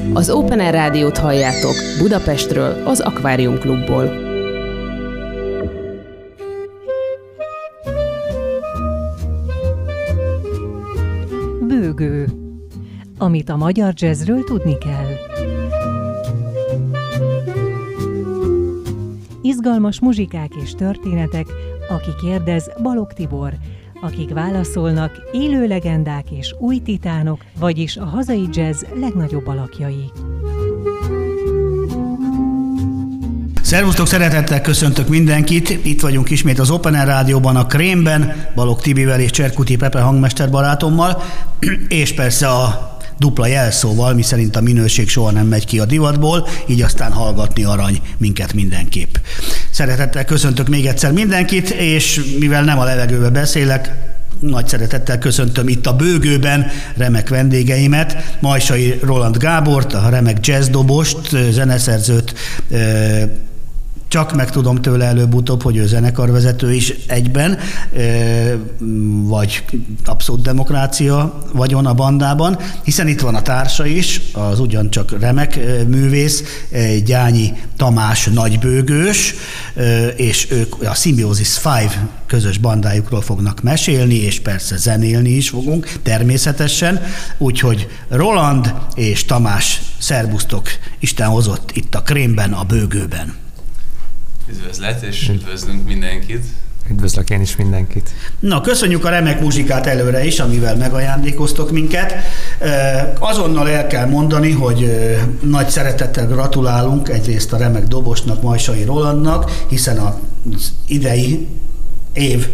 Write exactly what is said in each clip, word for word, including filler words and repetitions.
Az Open Air Rádiót halljátok Budapestről, az Akvárium Klubból. Bőgő. Amit a magyar jazzről tudni kell. Izgalmas muzsikák és történetek, aki kérdez, Balogh Tibor, akik válaszolnak, élő legendák és új titánok, vagyis a hazai jazz legnagyobb alakjai. Szervusztok, szeretettel köszöntök mindenkit. Itt vagyunk ismét az Open Air Rádióban, a Krémben, Balogh Tibivel és Cserkuti Pepe hangmester barátommal, és persze a dupla jelszóval, miszerint a minőség soha nem megy ki a divatból, így aztán hallgatni arany minket mindenképp. Szeretettel köszöntök még egyszer mindenkit, és mivel nem a levegőbe beszélek, nagy szeretettel köszöntöm itt a Bőgőben remek vendégeimet, Majsai Roland Gábort, a remek jazzdobost, zeneszerzőt, csak megtudom tőle előbb-utóbb, hogy ő zenekarvezető is egyben, vagy abszolút demokrácia vagyon a bandában, hiszen itt van a társa is, az ugyancsak remek művész, Gyányi Tamás nagybőgős, és ők a Symbiosis öt közös bandájukról fognak mesélni, és persze zenélni is fogunk, természetesen, úgyhogy Roland és Tamás, szerbusztok, Isten hozott itt a Krémben, a Bőgőben. Üdvözlet, és üdvözlünk mindenkit. Üdvözlök én is mindenkit. Na, köszönjük a remek muzsikát előre is, amivel megajándékoztok minket. Azonnal el kell mondani, hogy nagy szeretettel gratulálunk egyrészt a remek dobosnak, Majsai Rolandnak, hiszen az idei év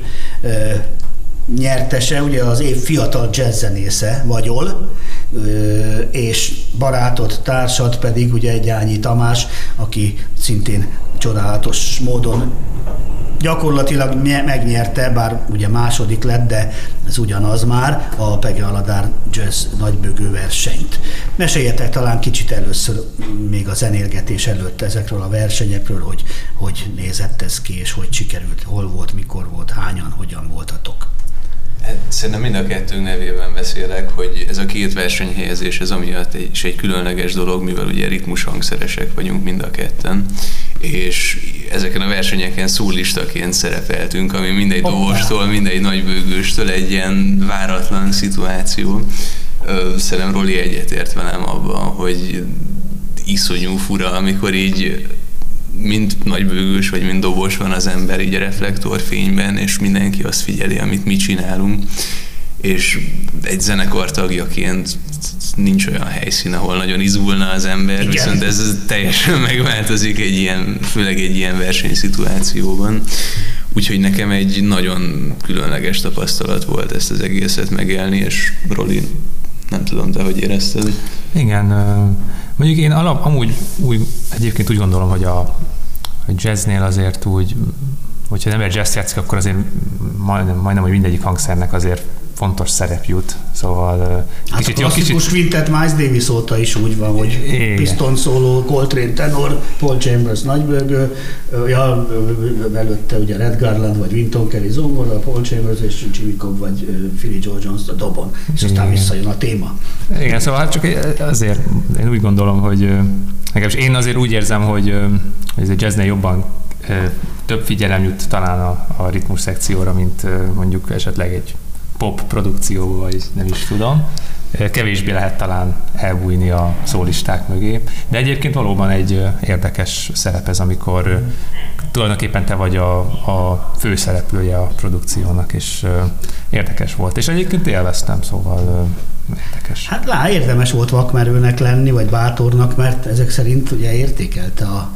nyertese, ugye az év fiatal jazzzenésze vagyol, és barátod, társad pedig ugye Gyányi Tamás, aki szintén csodálatos módon gyakorlatilag megnyerte, bár ugye második lett, de ez ugyanaz már, a Pege Aladár Jazz nagybőgő versenyt. Meséljetek talán kicsit először, még a zenélgetés előtt ezekről a versenyekről, hogy hogy nézett ez ki, és hogy sikerült, hol volt, mikor volt, hányan, hogyan voltatok. Hát, szerintem mind a kettőnk nevében beszélek, hogy ez a két versenyhelyezés ez amiatt egy, is egy különleges dolog, mivel ugye ritmus hangszeresek vagyunk mind a ketten, és ezeken a versenyeken szólistaként szerepeltünk, ami mindegy dobostól, mindegy nagybőgőstől egy ilyen váratlan szituáció. Szerintem Roli egyetért velem abban, hogy iszonyú fura, amikor így mind nagybőgős, vagy mind dobos van az ember így a reflektorfényben, és mindenki azt figyeli, amit mi csinálunk. És egy zenekar tagjaként nincs olyan helyszín, ahol nagyon izgulna az ember, igen. Viszont ez teljesen megváltozik egy ilyen, főleg egy ilyen versenyszituációban. Úgyhogy nekem egy nagyon különleges tapasztalat volt ezt az egészet megélni, és Roli, nem tudom, te hogy érezted? Igen, mondjuk én alap, amúgy úgy, egyébként úgy gondolom, hogy a, a jazznél azért úgy, hogyha az ember jazz játszik, akkor azért majdnem, majdnem, hogy mindegyik hangszernek azért fontos szerep jut, szóval hát kicsit a klasszikus Quintet Miles Davis óta is úgy van, hogy igen. Piston szóló, Coltrane tenor, Paul Chambers nagybőgő, ja, előtte ugye Red Garland vagy Wynton Kelly zongora, Paul Chambers és Jimmy Cobb vagy Philly Joe Jones a dobon, és aztán igen. Visszajön a téma. Igen, szóval hát csak azért én úgy gondolom, hogy legalábbis én azért úgy érzem, hogy ez a jazznél jobban több figyelem jut talán a, a ritmus szekcióra, mint mondjuk esetleg egy pop produkció, vagy nem is tudom. Kevésbé lehet talán elbújni a szólisták mögé. De egyébként valóban egy érdekes szerep ez, amikor tulajdonképpen te vagy a, a főszereplője a produkciónak, és érdekes volt. És egyébként élveztem, szóval érdekes. Hát lá, érdemes volt vakmerőnek lenni, vagy bátornak, mert ezek szerint ugye értékelte a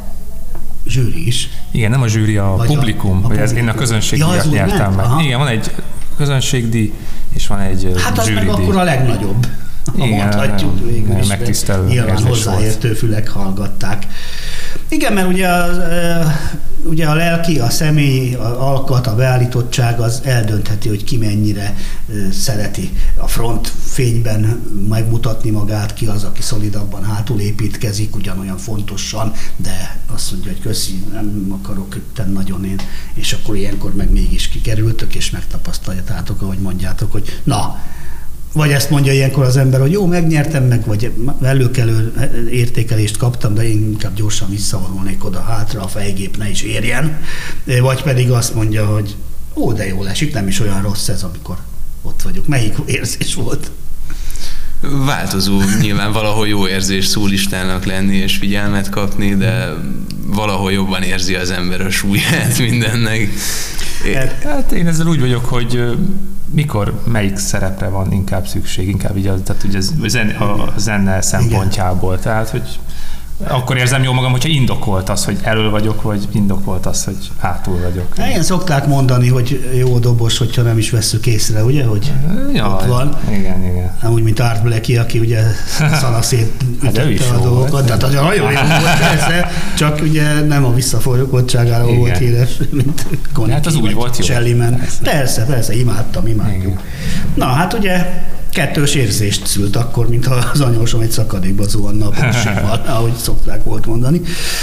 zsűri is. Igen, nem a zsűri, a vagy publikum. A, a ez, én a közönségdíjat ja, nyertem meg. Aha. Igen, van egy közönségdíj, és van egy zsűridíj. Hát az meg akkor a legnagyobb, ha igen, mondhatjuk végül is, megtisztelő. Nyilván hozzáértő fülek hallgatták. Igen, mert ugye a, ugye a lelki, a személy, a alkat, a beállítottság az eldöntheti, hogy ki mennyire szereti a front fényben megmutatni magát, ki az, aki szolidabban hátul építkezik, ugyanolyan fontosan, de azt mondja, hogy köszi, nem akarok itten nagyon én, és akkor ilyenkor meg mégis kikerültök, és megtapasztaljátok, ahogy mondjátok, hogy na, Vagy ezt mondja ilyenkor az ember, hogy jó, megnyertem meg, vagy előkelő értékelést kaptam, de én inkább gyorsan visszavonulnék oda hátra, a fejgép ne is érjen. Vagy pedig azt mondja, hogy ó, de jól esik, nem is olyan rossz ez, amikor ott vagyok. Melyik érzés volt? Változó, nyilván valahol jó érzés szólistának lenni és figyelmet kapni, de valahol jobban érzi az ember a súlyát mindennek. Hát én ezzel úgy vagyok, hogy mikor, melyik szerepre van inkább szükség, inkább így az, tehát ugye a zene, a zene szempontjából. Igen. Tehát, hogy akkor érzem jól magam, hogyha indokolt az, hogy elől vagyok, vagy indokolt az, hogy hátul vagyok. Ilyen szokták mondani, hogy jó dobos, hogyha nem is vesszük észre, ugye, hogy ja, ott van. Igen, igen. Nem úgy, mint Art Blakey, aki ugye szanaszét ütette hát a dolgokat. Tehát az nagyon jó volt persze, csak ugye nem a visszafogottságára volt híres, mint Connie. Hát az úgy volt jó. Shellyman. Persze, persze, imádtam, imádjuk. Igen. Na, hát ugye kettős érzést szült akkor, mintha az anyósom egy szakadékba zuhanna a buszsival, ahogy szokták volt mondani.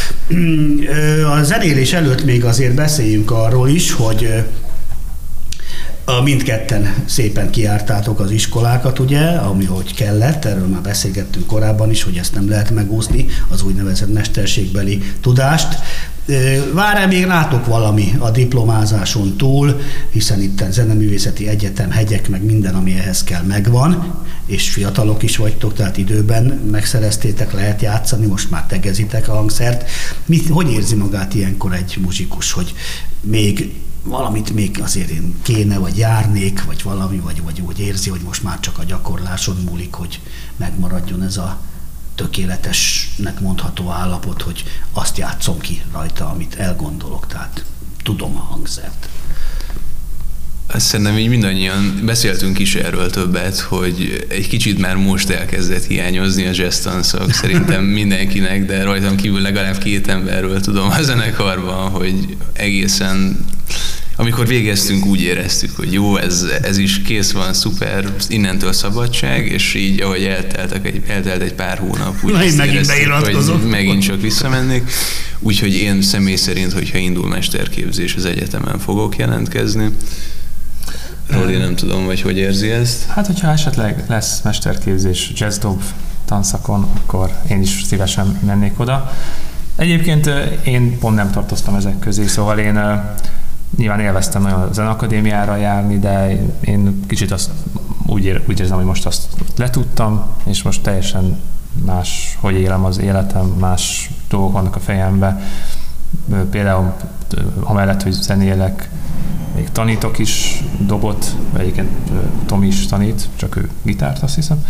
A zenélés előtt még azért beszéljünk arról is, hogy a mindketten szépen kijártátok az iskolákat, ugye, ami hogy kellett, erről már beszélgettünk korábban is, hogy ezt nem lehet megúszni, az úgynevezett mesterségbeli tudást. Vár-e még rátok valami a diplomázáson túl, hiszen itt Zeneművészeti Egyetem, hegyek, meg minden, ami ehhez kell, megvan, és fiatalok is vagytok, tehát időben megszereztétek, lehet játszani, most már tegezitek a hangszert. Mit, hogy érzi magát ilyenkor egy muzsikus, hogy még valamit még azért én kéne, vagy járnék, vagy valami, vagy, vagy úgy érzi, hogy most már csak a gyakorláson múlik, hogy megmaradjon ez a tökéletesnek mondható állapot, hogy azt játszom ki rajta, amit elgondolok, tehát tudom a hangszert. Azt szerintem így mindannyian beszéltünk is erről többet, hogy egy kicsit már most elkezdett hiányozni a jazz tanszak szerintem mindenkinek, de rajtam kívül legalább két emberről tudom a zenekarban, hogy egészen amikor végeztünk, úgy éreztük, hogy jó, ez, ez is kész van, szuper, innentől szabadság, és így, ahogy elteltek egy, eltelt egy pár hónap, úgy Na, én megint beiratkozom. Hogy megint csak visszamennék. Úgyhogy én személy szerint, hogyha indul mesterképzés, az egyetemen fogok jelentkezni. Róli, nem tudom, vagy hogy érzi ezt? Hát, hogyha esetleg lesz mesterképzés jazzdob tanszakon, akkor én is szívesen mennék oda. Egyébként én pont nem tartoztam ezek közé, szóval én nyilván élveztem nagyon a Zeneakadémiára járni, de én kicsit azt úgy, ér, úgy érzem, hogy most azt letudtam, és most teljesen más, hogy élem az életem, más dolgok vannak a fejemben. Például amellett, hogy zenélek, még tanítok is dobot, egyébként Tomi is tanít, csak ő gitárt, azt hiszem.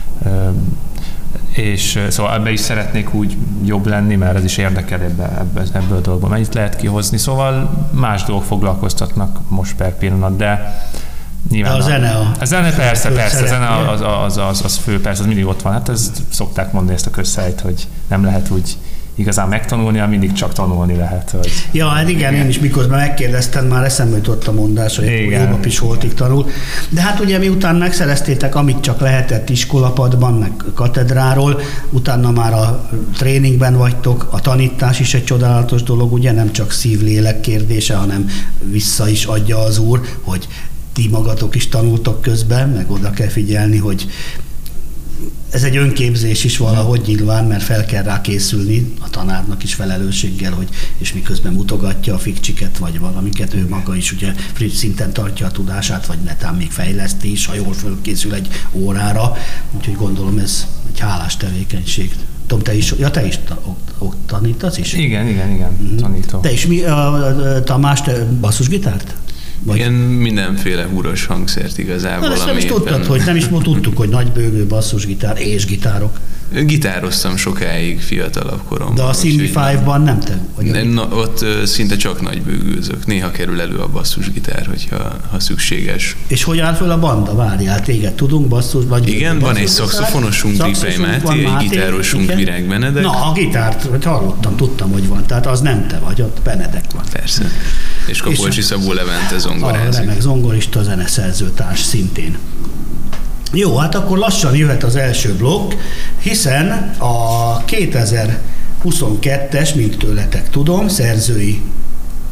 És szóval ebbe is szeretnék úgy jobb lenni, mert ez is érdekel ebbe, ebbe, ebből a dolgból. Mennyit lehet kihozni, szóval más dolgok foglalkoztatnak most per pillanat, de nyilván... De a zene a... A zene persze, persze, a zene az, az, az, az fő, persze, az mindig ott van. Hát ezt szokták mondani, ezt a közszelyt, hogy nem lehet úgy igazán megtanulni, mindig csak tanulni lehet. Hogy... Ja, hát igen, igen, én is miközben megkérdeztem, már eszembe jutott a mondás, hogy jobb Pisoltig tanul. De hát ugye miután megszereztétek, amit csak lehetett iskolapadban, meg katedráról, utána már a tréningben vagytok, a tanítás is egy csodálatos dolog, ugye nem csak szív-lélek kérdése, hanem vissza is adja az Úr, hogy ti magatok is tanultok közben, meg oda kell figyelni, hogy ez egy önképzés is valahogy nyilván, mert fel kell rá készülni a tanárnak is felelősséggel, hogy és miközben mutogatja a fikcsiket, vagy valamiket, ő maga is ugye friss szinten tartja a tudását, vagy netán még fejleszti is, ha jól fölkészül egy órára. Úgyhogy gondolom ez egy hálás tevékenység. Tom, te is, ja, te is ott tanítasz is? Igen, igen, igen, mm-hmm. tanítom. Te is mi, a, a, Tamás, te basszusgitárt? Vagy... Én mindenféle húros hangszert igazából. Na, ezt nem is tudtad, hogy nem is tudtuk, hogy nagybőgő basszusgitár és gitárok. Gitároztam sokáig fiatalabb koromban. De a Cindy Five-ban nem te? Vagy ne, na, ott uh, szinte csak nagybőgőzök. Néha kerül elő a basszusgitár, hogyha ha szükséges. És hogy áll föl a banda? Várjál, téged tudunk basszus? Vagy igen, van egy szaxofonosunk, Tripei Máté, egy gitárosunk, Virág Benedek. Na, a gitárt hallottam, tudtam, hogy van. Tehát az nem te vagy, ott Benedek van. Persze. És Kapolcsi Szabó Levente zongorázik. A remek zongorista, zeneszerzőtárs szintén. Jó, hát akkor lassan jöhet az első blokk, hiszen a kétezer-huszonkettes, mint tőletek tudom, szerzői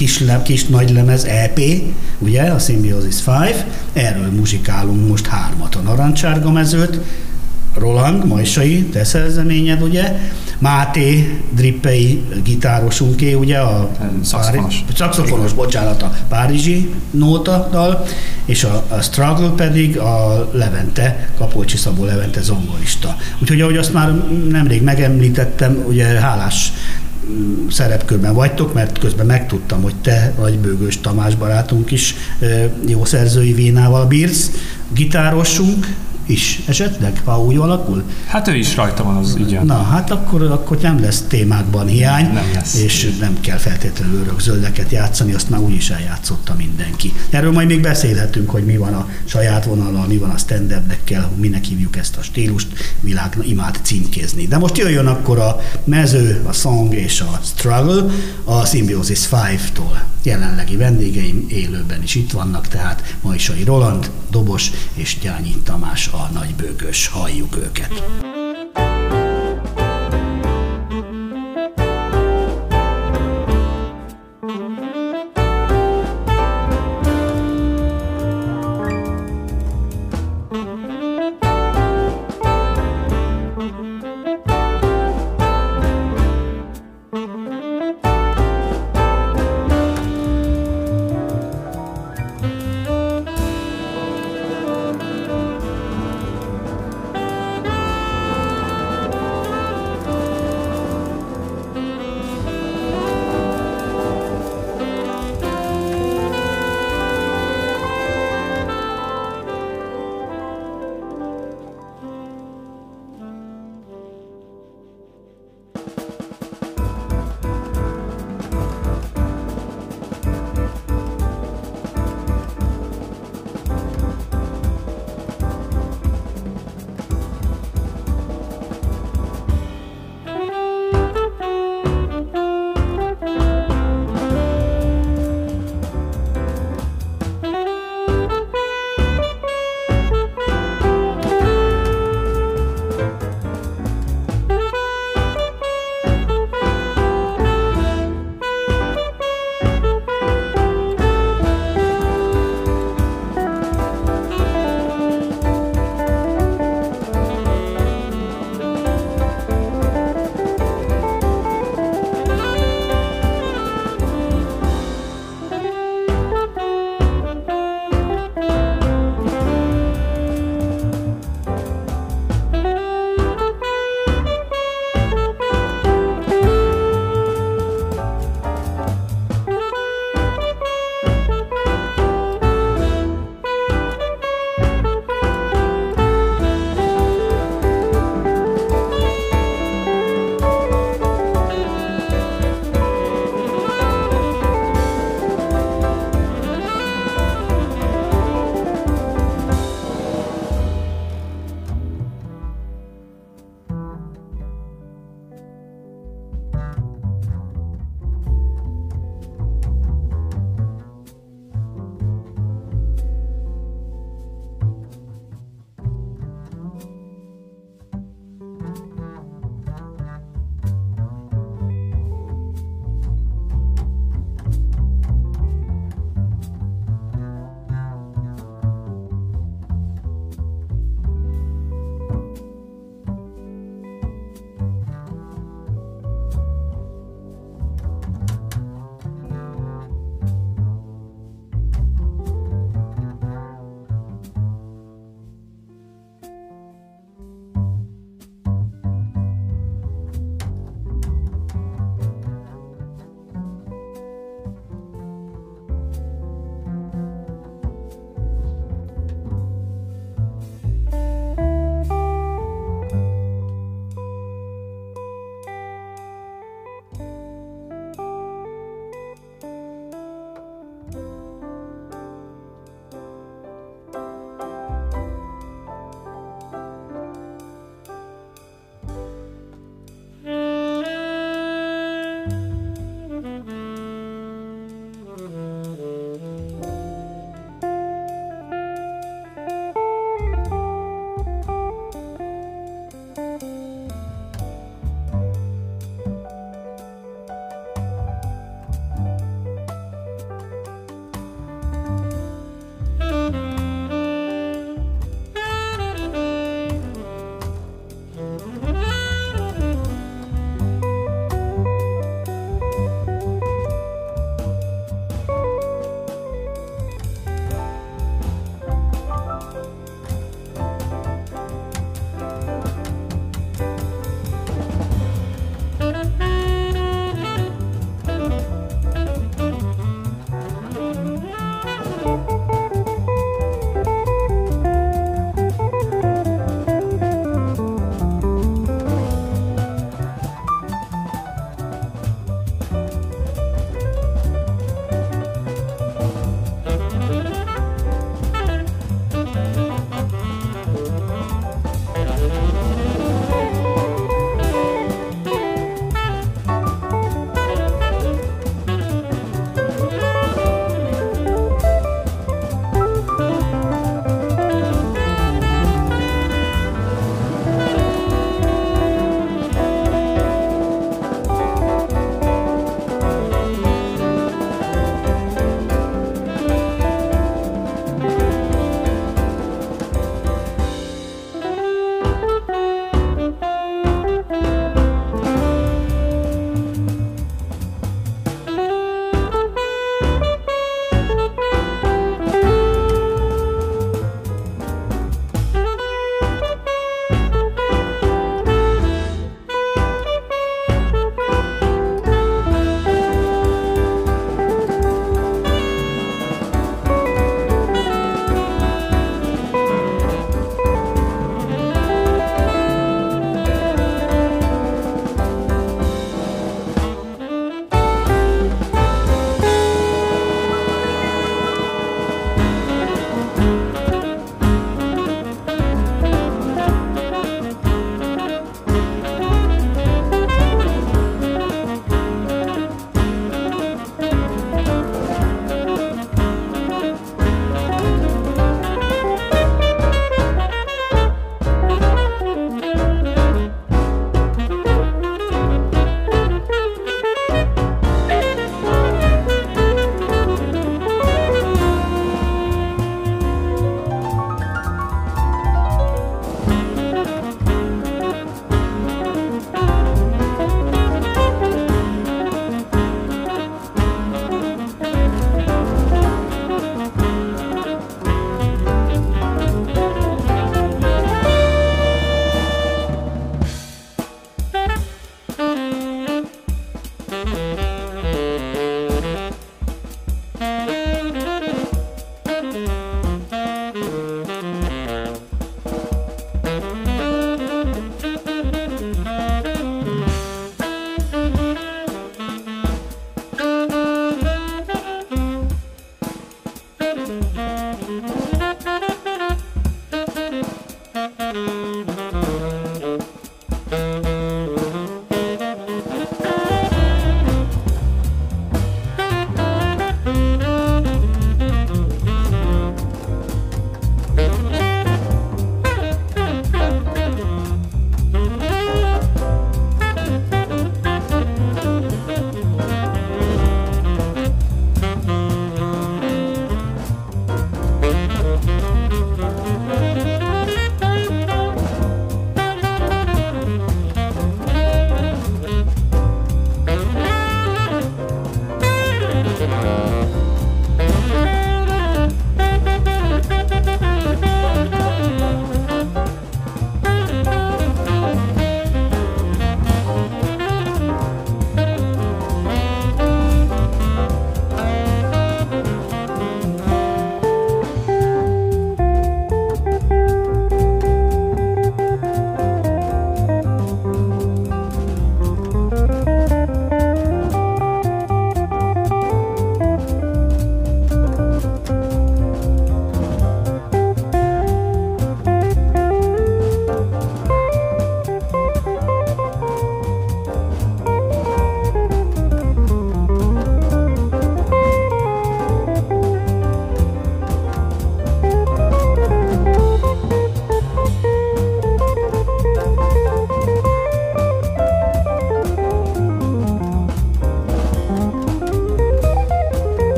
kis, le, kis nagy lemez é pé, ugye, a Symbiosis öt, erről muzsikálunk most hármat, a Narancsárga mezőt, Roland, Majsai, te szerzeményed, ugye, Máté Drippei gitárosunké, ugye, a szaxofonos, szaxofonos, bocsánat, a párizsi nóta dal, és a, a Struggle pedig a Levente, Kapolcsi Szabó Levente zongorista. Úgyhogy ahogy azt már nemrég megemlítettem, ugye hálás szerepkörben vagytok, mert közben megtudtam, hogy te vagy Bőgős Tamás barátunk is jó szerzői vénával bírsz, gitárosunk is esetleg, ha úgy alakul? Hát ő is rajta van az ügyen. Na, hát akkor, akkor nem lesz témákban hiány, nem lesz. És nem kell feltétlenül örökzöldeket játszani, azt már úgyis eljátszotta mindenki. Erről majd még beszélhetünk, hogy mi van a saját vonallal, mi van a standardekkel, minek hívjuk ezt a stílust, világ imád címkézni. De most jöjjön akkor a mező, a song és a struggle a Symbiosis öttől. Jelenlegi vendégeim élőben is itt vannak, tehát Majsai Roland, dobos és Gyányi Tamás a nagybőgős, halljuk őket.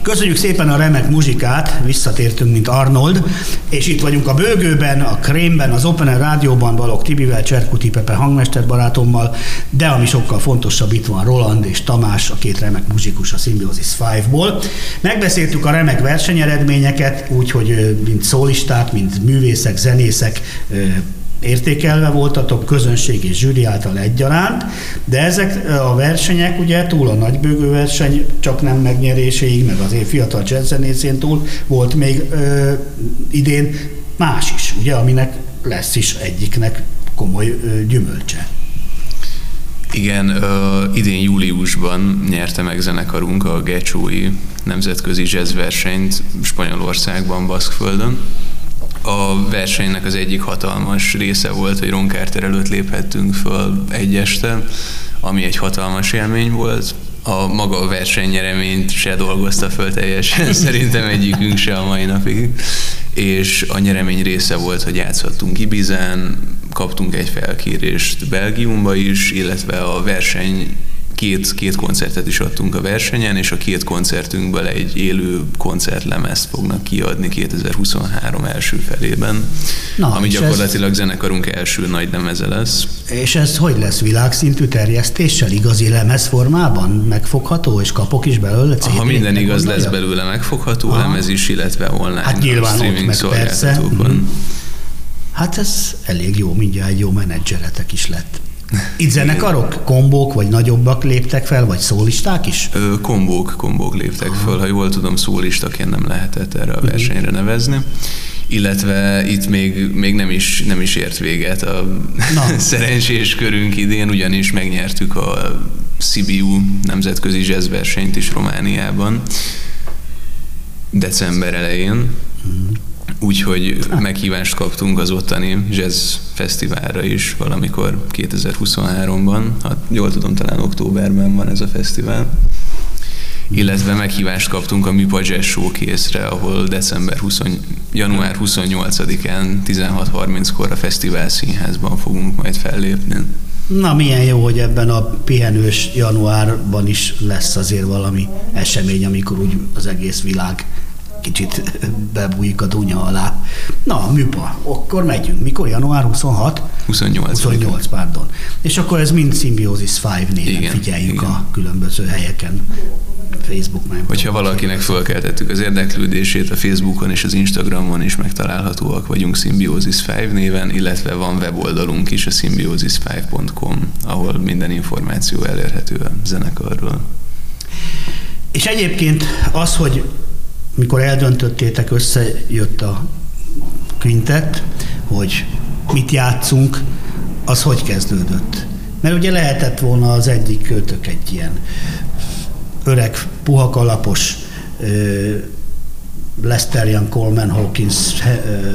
Köszönjük szépen a remek muzsikát, visszatértünk, mint Arnold, és itt vagyunk a Bőgőben, a Krémben, az Open Air Rádióban, Balogh Tibivel, Cserkuti Pepe hangmester barátommal, de ami sokkal fontosabb, itt van Roland és Tamás, a két remek muzsikus a Symbiosis ötból. Megbeszéltük a remek versenyeredményeket, úgyhogy mint szólisták, mint művészek, zenészek, értékelve voltatok, közönség és zsűri által egyaránt, de ezek a versenyek ugye túl a nagybőgő verseny csak nem megnyeréséig, meg az év fiatal jazzzenészén túl volt még ö, idén más is, ugye, aminek lesz is egyiknek komoly ö, gyümölcse. Igen, ö, idén júliusban nyerte meg zenekarunk a Gecsói nemzetközi jazzversenyt Spanyolországban, Baszkföldön. A versenynek az egyik hatalmas része volt, hogy Ron Carter előtt léphettünk föl egy este, ami egy hatalmas élmény volt. A maga a versenynyereményt se dolgozta föl teljesen, szerintem egyikünk se a mai napig. És a nyeremény része volt, hogy játszhattunk Ibizán, kaptunk egy felkérést Belgiumba is, illetve a verseny Két, két koncertet is adtunk a versenyen, és a két koncertünkből egy élő koncertlemezt fognak kiadni kétezer-huszonhárom első felében, Na, ami gyakorlatilag ez... zenekarunk első nagy lemeze lesz. És ez hogy lesz, világszintű terjesztéssel, igazi lemezformában megfogható, és kapok is belőle cé dét? Ha minden igaz, lesz belőle megfogható Aha. lemez is, illetve online hát nyilván streaming ott meg szolgáltatókon. Persze. Hát ez elég jó, mindjárt egy jó menedzseretek is lett. Itt zenekarok, kombók, vagy nagyobbak léptek fel, vagy szólisták is? Ö, kombók, kombók léptek Aha. föl, ha jól tudom, szólistaként nem lehetett erre a versenyre nevezni. Illetve itt még, még nem, is, nem is ért véget a szerencsés körünk idén, ugyanis megnyertük a Sibiu nemzetközi jazzversenyt is Romániában december elején. Mm. Úgyhogy meghívást kaptunk az ottani jazz fesztiválra is valamikor kétezer-huszonháromban, hát jól tudom, talán októberben van ez a fesztivál. Illetve meghívást kaptunk a Műpa Jazz Showcase-re, ahol december huszonnyolcadikán, január huszonnyolcadikán tizenhat harminckor a Fesztivál Színházban fogunk majd fellépni. Na, milyen jó, hogy ebben a pihenős januárban is lesz azért valami esemény, amikor úgy az egész világ kicsit bebújik a dunya alá. Na, Műpa, akkor megyünk. Mikor? január huszonhat? huszonnyolc. huszonnyolc, pardon. És akkor ez mind Symbiosis öt néven igen, figyeljük igen. a különböző helyeken. Facebook meg. Hogyha valakinek fölkeltettük az érdeklődését, a Facebookon és az Instagramon is megtalálhatóak vagyunk Symbiosis öt néven, illetve van weboldalunk is, a symbiosis öt pont com, ahol minden információ elérhető a zenekarról. És egyébként az, hogy mikor eldöntöttétek, összejött a quintet, hogy mit játszunk, az hogy kezdődött? Mert ugye lehetett volna az egyik költök egy ilyen öreg, puha kalapos uh, Lester Young, Coleman Hawkins, uh,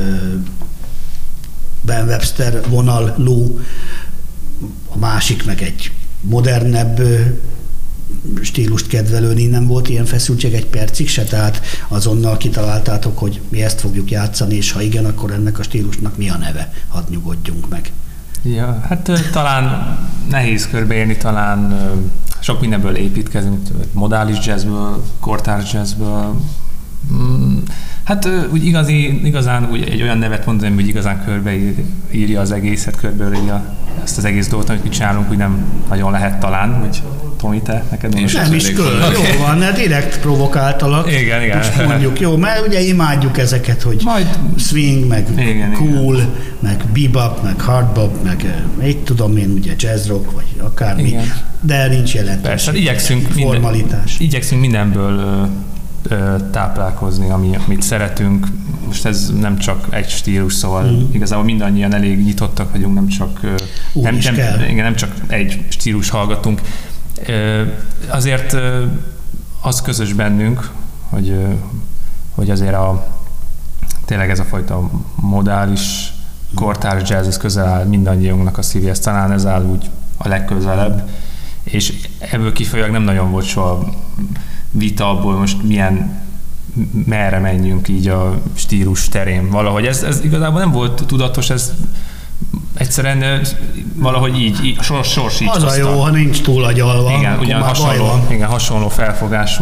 Ben Webster vonalú, a másik meg egy modernebb uh, stílust kedvelőni, nem volt ilyen feszültség egy percig se, tehát azonnal kitaláltátok, hogy mi ezt fogjuk játszani, és ha igen, akkor ennek a stílusnak mi a neve? Hadd nyugodjunk meg. Ja, hát talán nehéz körbeérni, talán sok mindenből építkezünk, modális jazzből, kortárs jazzből. Hát úgy igazi, igazán úgy egy olyan nevet mondani, hogy igazán körbeírja az egészet, körbeírja ezt az egész dolgot, amit mi csinálunk, úgy nem nagyon lehet talán, hogy Tomi, te neked most nem is kör, jó van, ne direkt provokáltalak. Igen, igen. Most mondjuk, jó, mert ugye imádjuk ezeket, hogy majd swing, meg igen, cool, igen. meg bebop, meg hardbop, meg így tudom én, ugye jazz rock, vagy akármi, igen. de nincs jelentőség. Persze, igyekszünk, formalitás. Minden, igyekszünk mindenből ö, ö, táplálkozni, ami, amit szeretünk. Most ez nem csak egy stílus, szóval mm. igazából mindannyian elég nyitottak vagyunk, nem csak, Úgy nem, nem, igen, nem csak egy stílus hallgatunk. Azért az közös bennünk, hogy, hogy azért a, tényleg ez a fajta modális, kortárs jazz, ez közel áll mindannyiunknak a szívéhez, talán ez áll úgy a legközelebb, és ebből kifolyólag nem nagyon volt soha vita abból, most milyen, merre menjünk így a stílus terén. Valahogy ez, ez igazából nem volt tudatos, ez egyszerűen valahogy így, így sors, sors így az a jó, ha nincs túl agyalva. Igen, ugyan hasonló, igen, hasonló felfogásunk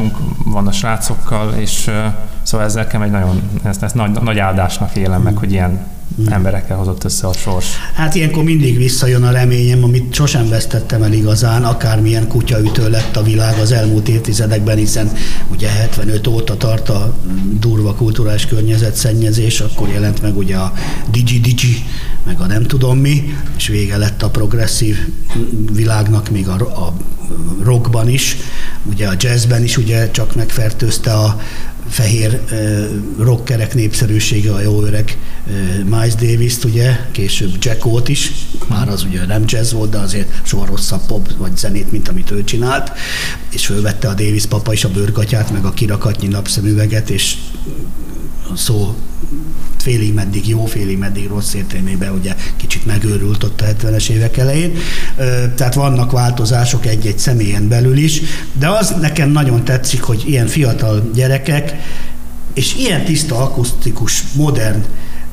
van a srácokkal, és uh, szóval ezzel nekem egy nagyon, ezt, ezt nagy, nagy áldásnak élem meg, hogy ilyen emberekkel hozott össze a sors. Hát ilyenkor mindig visszajön a reményem, amit sosem vesztettem el igazán, akármilyen kutyaütő lett a világ az elmúlt évtizedekben, hiszen ugye hetvenöt óta tart a durva kulturális környezetszennyezés, akkor jelent meg ugye a Digi-Digi, meg a nem tudom mi, és vége lett a progresszív világnak, még a, a rockban is, ugye a jazzben is ugye csak megfertőzte a fehér uh, rockerek népszerűsége a jó öreg uh, Miles Davis-t, ugye, később Jacko-t is, már az ugye nem jazz volt, de azért soha rosszabb pop vagy zenét, mint amit ő csinált, és fölvette a Davis papa is a bőrgatyát, meg a kirakatnyi napszemüveget, és a szó félig meddig jó, félig meddig rossz értelmében, ugye kicsit megőrült ott a hetvenes évek elején. Tehát vannak változások egy-egy személyen belül is, de az nekem nagyon tetszik, hogy ilyen fiatal gyerekek, és ilyen tiszta, akusztikus, modern,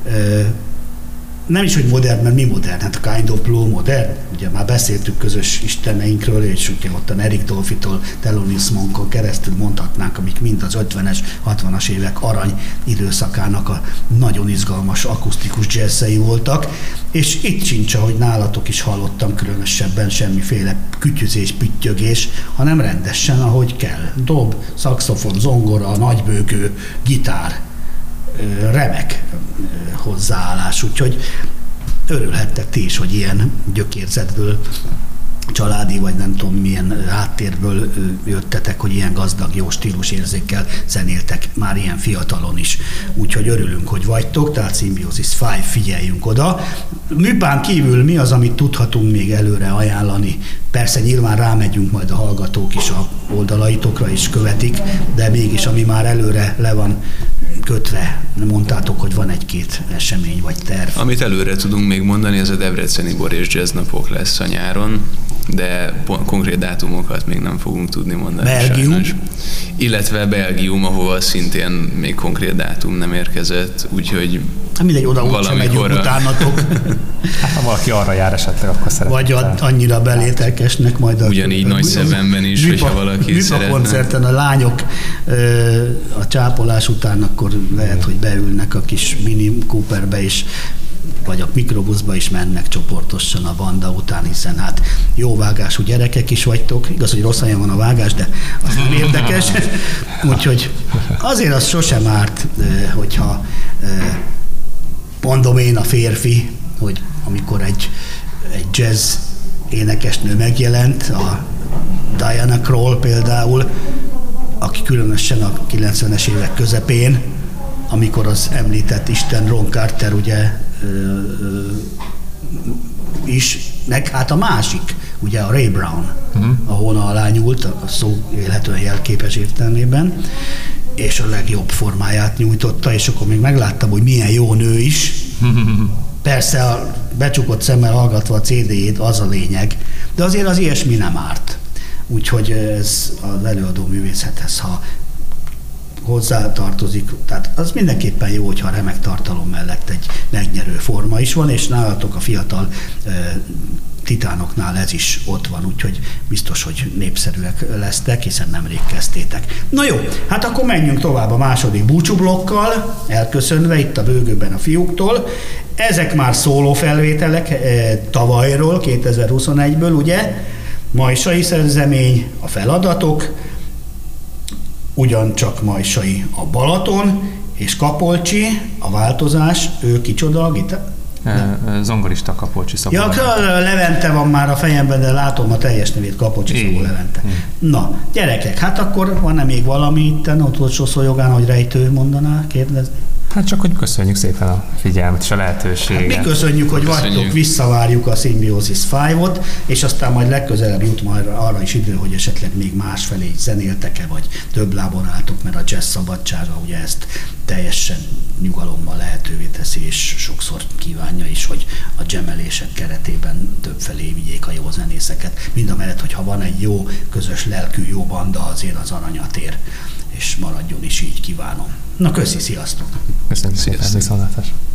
nem is, hogy modern, mert mi modern, hát a Kind of Blue modern, ugye már beszéltük közös isteneinkről, és ugye ott a Eric Dolphy-tól, Thelonious Monkon keresztül mondhatnánk, amik mind az ötvenes, hatvanas évek arany időszakának a nagyon izgalmas akusztikus jazzei voltak, és itt sincs, ahogy nálatok is hallottam különösebben semmiféle kütyüzés, püttyögés, hanem rendesen, ahogy kell. Dob, szaxofon, zongora, nagybőgő, gitár, remek hozzáállás, úgyhogy örülhettek ti is, hogy ilyen gyökérzetből, családi vagy nem tudom milyen háttérből jöttetek, hogy ilyen gazdag, jó stílusérzékkel zenéltek már ilyen fiatalon is. Úgyhogy örülünk, hogy vagytok, tehát Symbiosis öt, figyeljünk oda. Műpán kívül mi az, amit tudhatunk még előre ajánlani? Persze nyilván rámegyünk majd a hallgatók is a oldalaitokra is követik, de mégis ami már előre le van kötve, mondtátok, hogy van egy-két esemény vagy terv. Amit előre tudunk még mondani, ez a Debreceni Bor és Jazz napok lesz a nyáron, de konkrét dátumokat még nem fogunk tudni mondani. Belgium? Sajnos. Illetve Belgium, ahova szintén még konkrét dátum nem érkezett, úgyhogy mindegy, oda úgyse megyünk utánatok. Hát ha valaki arra jár esetleg, akkor szeretne. Vagy a, annyira belételkesnek majd. Ugyanígy a, nagy szememben is, műpa, hogyha valaki műpa szeretne. Koncerten a lányok a csápolás után akkor lehet, hogy beülnek a kis Mini Cooperbe is, vagy a mikrobuszba is mennek csoportosan a banda után, hiszen hát jó vágású gyerekek is vagytok. Igaz, hogy rossz helyen van a vágás, de az nem érdekes. Úgyhogy azért az sosem árt, hogyha mondom én a férfi, hogy amikor egy, egy jazz énekesnő megjelent, a Diana Krall például, aki különösen a kilencvenes évek közepén, amikor az említett Isten Ron Carter ugye ö, ö, is, meg hát a másik, ugye a Ray Brown, uh-huh. a hóna alá nyúlt, a szó élhetően jelképes értelmében, és a legjobb formáját nyújtotta, és akkor még megláttam, hogy milyen jó nő is. Persze a becsukott szemmel hallgatva a cé dé-jét, az a lényeg, de azért az ilyesmi nem árt. Úgyhogy ez az előadó művészethez, ha hozzátartozik, tehát az mindenképpen jó, hogyha remek tartalom mellett egy megnyerő forma is van, és nálatok a fiatal e, titánoknál ez is ott van, úgyhogy biztos, hogy népszerűek lesztek, hiszen nemrég kezdtétek. Na jó, hát akkor menjünk tovább a második búcsúblokkal, elköszönve itt a bőgőben a fiúktól. Ezek már szóló felvételek e, tavalyról, kétezer-huszonegyből, ugye? Majsai szerzemény, a feladatok, ugyancsak Majsai a Balaton, és Kapolcsi, a változás, ő kicsoda a gitár? Zongorista Kapolcsi Szabó. Ja, Levente van már a fejemben, de látom a teljes nevét, Kapolcsi Szabó Levente. Na, gyerekek, hát akkor van-e még valami itten, ott utolsó szó jogán, hogy rejtő mondaná, kérdezni? Hát csak, hogy köszönjük szépen a figyelmet és a lehetőséget. Hát mi köszönjük, hogy köszönjük. Vagytok, visszavárjuk a Symbiosis ötöt, és aztán majd legközelebb jut majd arra is idő, hogy esetleg még másfelé zenéltek-e, vagy több lábon álltok, mert a jazz szabadsága ugye ezt teljesen nyugalommal lehetővé teszi, és sokszor kívánja is, hogy a jamelések keretében többfelé vigyék a jó zenészeket. Mind a mellett, hogyha van egy jó, közös lelkű, jó banda, azért az aranyat ér, és maradjon is így, kívánom. Na köszi, sziasztok! Köszönjük szépen, viszontlátásra!